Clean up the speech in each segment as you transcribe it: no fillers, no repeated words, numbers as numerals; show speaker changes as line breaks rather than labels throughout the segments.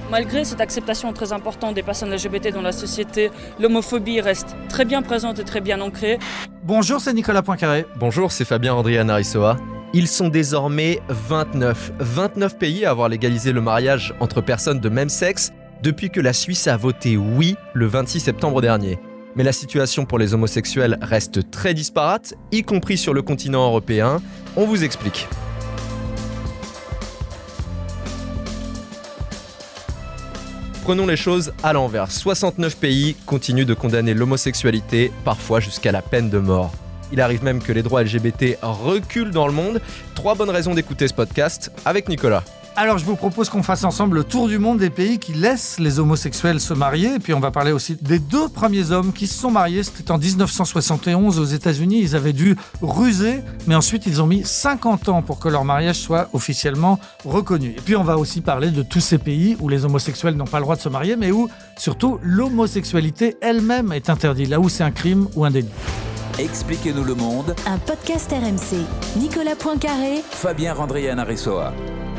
Malgré cette acceptation très importante des personnes LGBT dans la société, l'homophobie reste très bien présente et très bien ancrée.
Bonjour, c'est Nicolas Poincaré.
Bonjour, c'est Fabien Andrian Arissoa. Ils sont désormais 29 pays à avoir légalisé le mariage entre personnes de même sexe depuis que la Suisse a voté oui le 26 septembre dernier. Mais la situation pour les homosexuels reste très disparate, y compris sur le continent européen. On vous explique. Prenons les choses à l'envers. 69 pays continuent de condamner l'homosexualité, parfois jusqu'à la peine de mort. Il arrive même que les droits LGBT reculent dans le monde. 3 bonnes raisons d'écouter ce podcast avec Nicolas.
Alors, je vous propose qu'on fasse ensemble le tour du monde des pays qui laissent les homosexuels se marier. Et puis, on va parler aussi des 2 premiers hommes qui se sont mariés. C'était en 1971 aux États-Unis. Ils avaient dû ruser, mais ensuite, ils ont mis 50 ans pour que leur mariage soit officiellement reconnu. Et puis, on va aussi parler de tous ces pays où les homosexuels n'ont pas le droit de se marier, mais où, surtout, l'homosexualité elle-même est interdite, là où c'est un crime ou un délit.
Expliquez-nous le monde.
Un podcast RMC. Nicolas Poincaré.
Fabien Andrian Arissoa.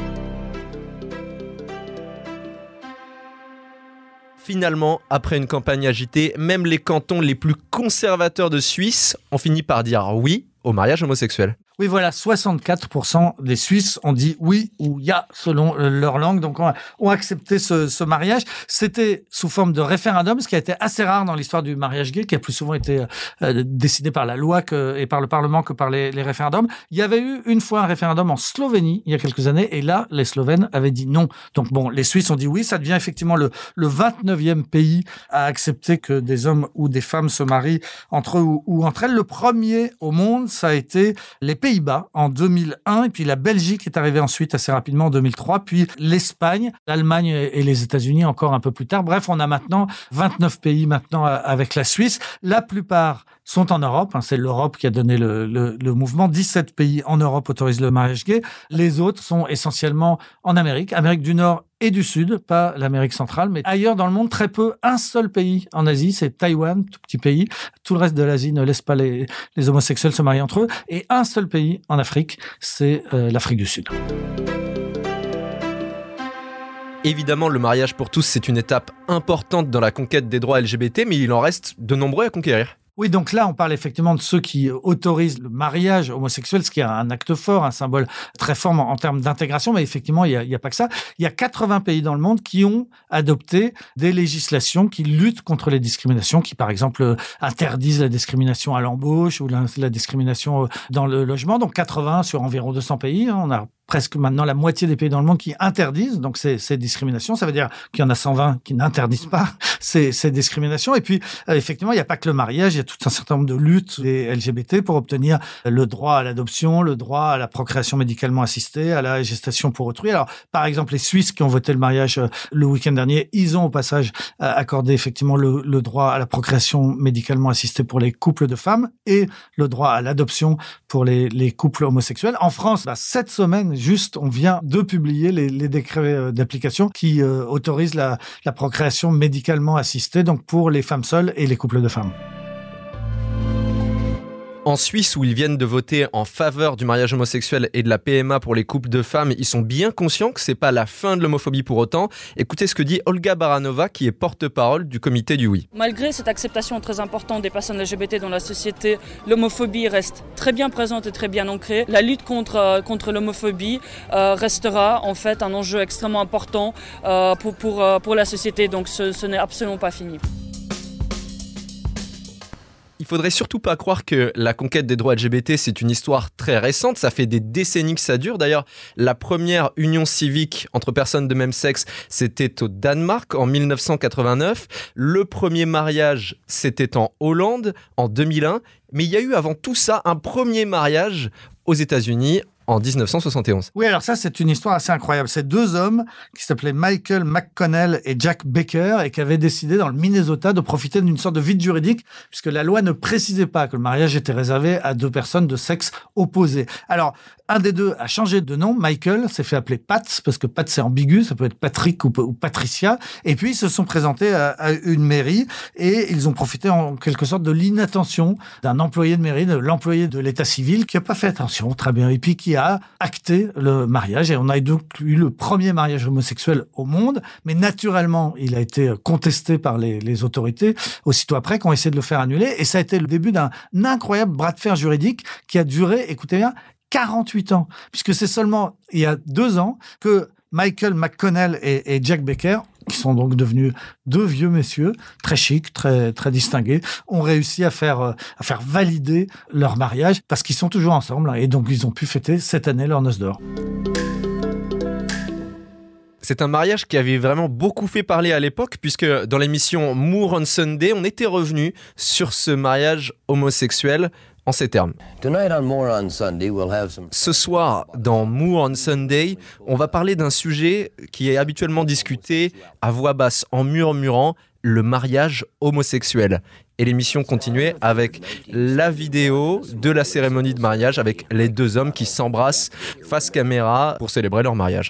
Finalement, après une campagne agitée, même les cantons les plus conservateurs de Suisse ont fini par dire oui au mariage homosexuel.
Oui, voilà, 64% des Suisses ont dit oui ou ya selon leur langue, donc ont accepté ce mariage. C'était sous forme de référendum, ce qui a été assez rare dans l'histoire du mariage gay, qui a plus souvent été décidé par la loi et par le Parlement que par les référendums. Il y avait eu une fois un référendum en Slovénie il y a quelques années, et là, les Slovènes avaient dit non. Donc bon, les Suisses ont dit oui, ça devient effectivement le 29e pays à accepter que des hommes ou des femmes se marient entre eux ou entre elles. Le premier au monde, ça a été les Pays-Bas en 2001, et puis la Belgique est arrivée ensuite assez rapidement en 2003, puis l'Espagne, l'Allemagne et les États-Unis encore un peu plus tard. Bref, on a maintenant 29 pays maintenant avec la Suisse. La plupart sont en Europe, c'est l'Europe qui a donné le mouvement. 17 pays en Europe autorisent le mariage gay. Les autres sont essentiellement en Amérique du Nord et du Sud, pas l'Amérique centrale, mais ailleurs dans le monde, très peu. Un seul pays en Asie, c'est Taïwan, tout petit pays. Tout le reste de l'Asie ne laisse pas les homosexuels se marier entre eux. Et un seul pays en Afrique, c'est l'Afrique du Sud.
Évidemment, le mariage pour tous, c'est une étape importante dans la conquête des droits LGBT, mais il en reste de nombreux à conquérir.
Oui, donc là, on parle effectivement de ceux qui autorisent le mariage homosexuel, ce qui est un acte fort, un symbole très fort en termes d'intégration, mais effectivement, il y a pas que ça. Il y a 80 pays dans le monde qui ont adopté des législations qui luttent contre les discriminations, qui, par exemple, interdisent la discrimination à l'embauche ou la discrimination dans le logement. Donc 80 sur environ 200 pays. On a presque maintenant la moitié des pays dans le monde qui interdisent donc ces discriminations. Ça veut dire qu'il y en a 120 qui n'interdisent pas ces discriminations. Et puis, effectivement, il n'y a pas que le mariage, il y a tout un certain nombre de luttes des LGBT pour obtenir le droit à l'adoption, le droit à la procréation médicalement assistée, à la gestation pour autrui. Alors, par exemple, les Suisses qui ont voté le mariage le week-end dernier, ils ont au passage accordé effectivement le droit à la procréation médicalement assistée pour les couples de femmes et le droit à l'adoption pour les couples homosexuels. En France, cette semaine, juste, on vient de publier les décrets d'application qui autorisent la procréation médicalement assistée, donc pour les femmes seules et les couples de femmes.
En Suisse, où ils viennent de voter en faveur du mariage homosexuel et de la PMA pour les couples de femmes, ils sont bien conscients que c'est pas la fin de l'homophobie pour autant. Écoutez ce que dit Olga Baranova, qui est porte-parole du comité du oui.
Malgré cette acceptation très importante des personnes LGBT dans la société, l'homophobie reste très bien présente et très bien ancrée. La lutte contre l'homophobie restera en fait un enjeu extrêmement important pour la société, donc ce n'est absolument pas fini.
Il faudrait surtout pas croire que la conquête des droits LGBT, c'est une histoire très récente. Ça fait des décennies que ça dure. D'ailleurs, la première union civique entre personnes de même sexe, c'était au Danemark en 1989. Le premier mariage, c'était en Hollande en 2001. Mais il y a eu avant tout ça un premier mariage aux États-Unis en 1971.
Oui, alors ça, c'est une histoire assez incroyable. C'est 2 hommes qui s'appelaient Michael McConnell et Jack Baker et qui avaient décidé dans le Minnesota de profiter d'une sorte de vide juridique puisque la loi ne précisait pas que le mariage était réservé à 2 personnes de sexe opposé. Alors, un des deux a changé de nom. Michael s'est fait appeler Pat, parce que Pat c'est ambigu, ça peut être Patrick ou Patricia. Et puis ils se sont présentés à une mairie et ils ont profité en quelque sorte de l'inattention d'un employé de mairie, de l'employé de l'état civil qui a pas fait attention, très bien, et puis qui a acté le mariage. Et on a donc eu le premier mariage homosexuel au monde, mais naturellement il a été contesté par les autorités aussitôt après, qui ont essayé de le faire annuler. Et ça a été le début d'un incroyable bras de fer juridique qui a duré, écoutez bien, 48 ans, puisque c'est seulement il y a 2 ans que Michael McConnell et Jack Becker, qui sont donc devenus 2 vieux messieurs, très chics, très, très distingués, ont réussi à faire valider leur mariage, parce qu'ils sont toujours ensemble, et donc ils ont pu fêter cette année leur noce d'or.
C'est un mariage qui avait vraiment beaucoup fait parler à l'époque, puisque dans l'émission Moore on Sunday, on était revenu sur ce mariage homosexuel en ces termes. Ce soir, dans Moore on Sunday, on va parler d'un sujet qui est habituellement discuté à voix basse, en murmurant, le mariage homosexuel. Et l'émission continuait avec la vidéo de la cérémonie de mariage avec les 2 hommes qui s'embrassent face caméra pour célébrer leur mariage.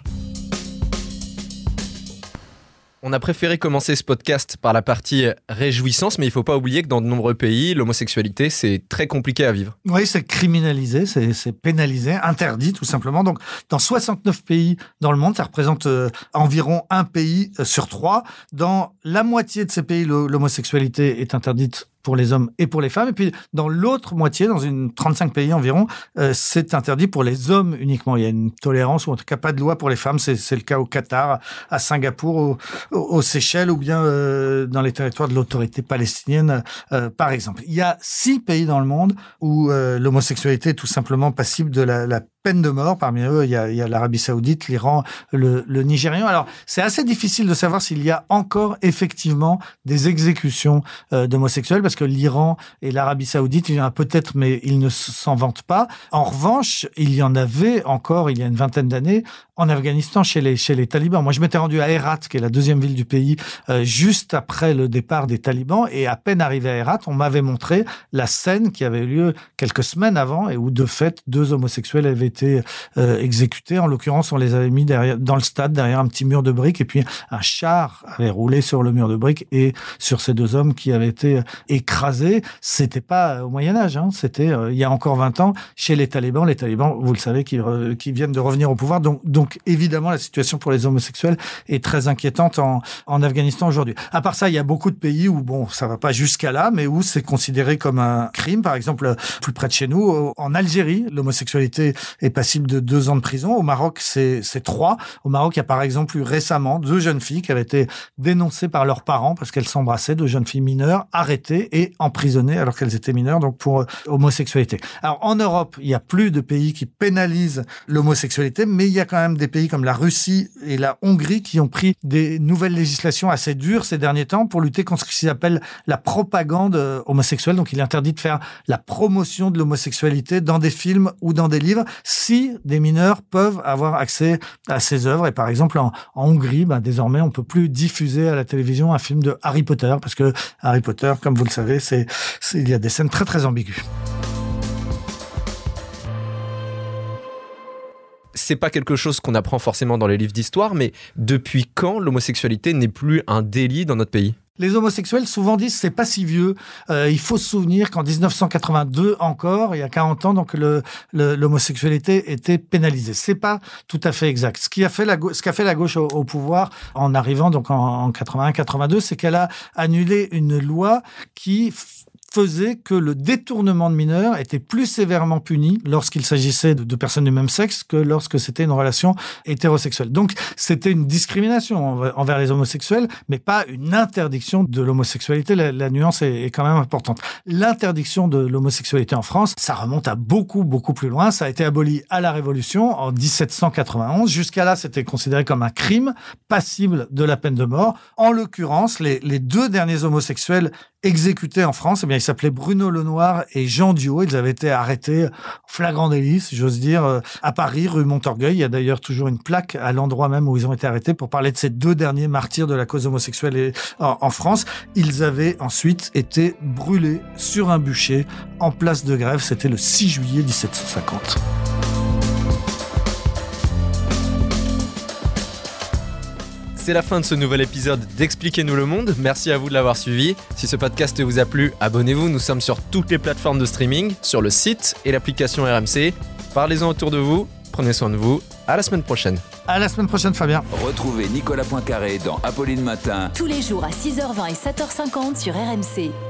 On a préféré commencer ce podcast par la partie réjouissance, mais il ne faut pas oublier que dans de nombreux pays, l'homosexualité, c'est très compliqué à vivre.
Oui, c'est criminalisé, c'est pénalisé, interdit tout simplement. Donc, dans 69 pays dans le monde, ça représente environ 1 pays sur 3. Dans la moitié de ces pays, l'homosexualité est interdite pour les hommes et pour les femmes. Et puis, dans l'autre moitié, dans une 35 pays environ, c'est interdit pour les hommes uniquement. Il y a une tolérance, ou en tout cas pas de loi pour les femmes. C'est le cas au Qatar, à Singapour, aux Seychelles, ou bien dans les territoires de l'autorité palestinienne, par exemple. Il y a 6 pays dans le monde où l'homosexualité est tout simplement passible de la peine de mort. Parmi eux, il y a l'Arabie Saoudite, l'Iran, le Nigérian. Alors, c'est assez difficile de savoir s'il y a encore effectivement des exécutions d'homosexuels, parce que l'Iran et l'Arabie Saoudite, il y en a peut-être, mais ils ne s'en vantent pas. En revanche, il y en avait encore, il y a une vingtaine d'années, en Afghanistan, chez les talibans. Moi, je m'étais rendu à Herat, qui est la 2e ville du pays, juste après le départ des talibans, et à peine arrivé à Herat, on m'avait montré la scène qui avait eu lieu quelques semaines avant, et où, de fait, 2 homosexuels avaient été exécutés. En l'occurrence, on les avait mis dans le stade, derrière un petit mur de briques, et puis un char avait roulé sur le mur de briques et sur ces 2 hommes qui avaient été écrasés. C'était pas au Moyen-Âge, hein. C'était il y a encore 20 ans, chez les talibans. Les talibans, vous le savez, qui viennent de revenir au pouvoir. Donc évidemment, la situation pour les homosexuels est très inquiétante en Afghanistan aujourd'hui. À part ça, il y a beaucoup de pays où, bon, ça va pas jusqu'à là, mais où c'est considéré comme un crime. Par exemple, plus près de chez nous, en Algérie, l'homosexualité est passible de 2 ans de prison. Au Maroc, c'est 3. Au Maroc, il y a par exemple eu récemment 2 jeunes filles qui avaient été dénoncées par leurs parents parce qu'elles s'embrassaient, 2 jeunes filles mineures, arrêtées et emprisonnées alors qu'elles étaient mineures, donc pour homosexualité. Alors, en Europe, il y a plus de pays qui pénalisent l'homosexualité, mais il y a quand même des pays comme la Russie et la Hongrie qui ont pris des nouvelles législations assez dures ces derniers temps pour lutter contre ce qu'ils appellent la propagande homosexuelle. Donc, il est interdit de faire la promotion de l'homosexualité dans des films ou dans des livres si des mineurs peuvent avoir accès à ces œuvres. Et par exemple, en Hongrie, désormais, on peut plus diffuser à la télévision un film de Harry Potter, parce que Harry Potter, comme vous le savez, il y a des scènes très, très ambiguës.
C'est pas quelque chose qu'on apprend forcément dans les livres d'histoire, mais depuis quand l'homosexualité n'est plus un délit dans notre pays ?
Les homosexuels souvent disent c'est pas si vieux. Il faut se souvenir qu'en 1982 encore, il y a 40 ans, donc l'homosexualité était pénalisée. C'est pas tout à fait exact. Ce qu'a fait la gauche au pouvoir en arrivant donc en 81-82, c'est qu'elle a annulé une loi qui faisait que le détournement de mineurs était plus sévèrement puni lorsqu'il s'agissait de personnes du même sexe que lorsque c'était une relation hétérosexuelle. Donc, c'était une discrimination envers les homosexuels, mais pas une interdiction de l'homosexualité. La nuance est quand même importante. L'interdiction de l'homosexualité en France, ça remonte à beaucoup, beaucoup plus loin. Ça a été aboli à la Révolution en 1791. Jusqu'à là, c'était considéré comme un crime passible de la peine de mort. En l'occurrence, les 2 derniers homosexuels exécutés en France, eh bien, ils s'appelaient Bruno Lenoir et Jean Diot. Ils avaient été arrêtés flagrant délit, si j'ose dire, à Paris, rue Montorgueil. Il y a d'ailleurs toujours une plaque à l'endroit même où ils ont été arrêtés pour parler de ces 2 derniers martyrs de la cause homosexuelle en France. Ils avaient ensuite été brûlés sur un bûcher en place de Grève. C'était le 6 juillet 1750.
c'est la fin de ce nouvel épisode d'Expliquez-nous le monde. Merci à vous de l'avoir suivi. Si ce podcast vous a plu, abonnez-vous. Nous sommes sur toutes les plateformes de streaming, sur le site et l'application RMC. Parlez-en autour de vous. Prenez soin de vous. À la semaine prochaine.
À la semaine prochaine, Fabien.
Retrouvez Nicolas Poincaré dans Apolline Matin.
Tous les jours à 6h20 et 7h50 sur RMC.